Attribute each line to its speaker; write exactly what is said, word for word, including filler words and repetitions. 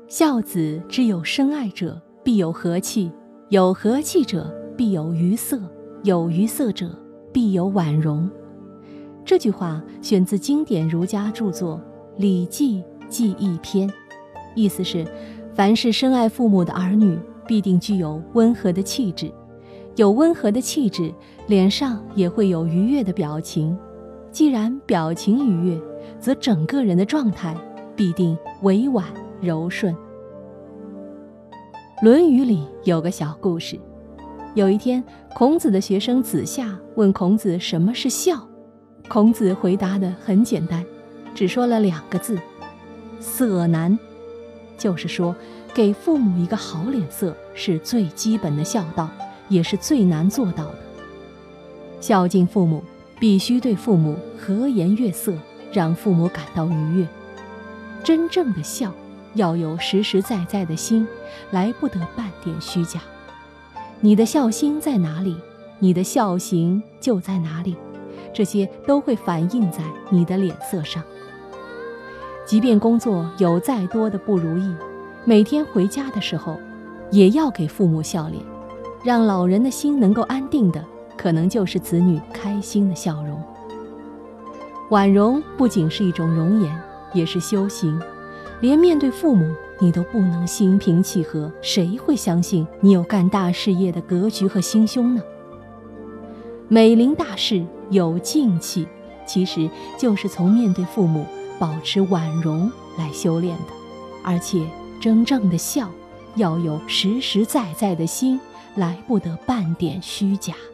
Speaker 1: 孝子之有深爱者，必有和气；有和气者，必有愉色；有愉色者，必有婉容。这句话选自经典儒家著作《礼记·记忆篇》，意思是，凡是深爱父母的儿女，必定具有温和的气质。有温和的气质，脸上也会有愉悦的表情。既然表情愉悦，则整个人的状态必定委婉柔顺。《论语》里有个小故事，有一天，孔子的学生子夏问孔子什么是孝，孔子回答得很简单，只说了两个字：色难。就是说，给父母一个好脸色是最基本的孝道，也是最难做到的。孝敬父母，必须对父母和颜悦色，让父母感到愉悦。真正的孝，要有实实在在的心，来不得半点虚假。你的孝心在哪里，你的孝行就在哪里，这些都会反映在你的脸色上。即便工作有再多的不如意，每天回家的时候，也要给父母笑脸。让老人的心能够安定的，可能就是子女开心的笑容。婉容不仅是一种容颜，也是修行。连面对父母，你都不能心平气和，谁会相信你有干大事业的格局和心胸呢？美临大事有静气，其实就是从面对父母保持婉容来修炼的。而且真正的孝，要有实实在在的心，来不得半点虚假。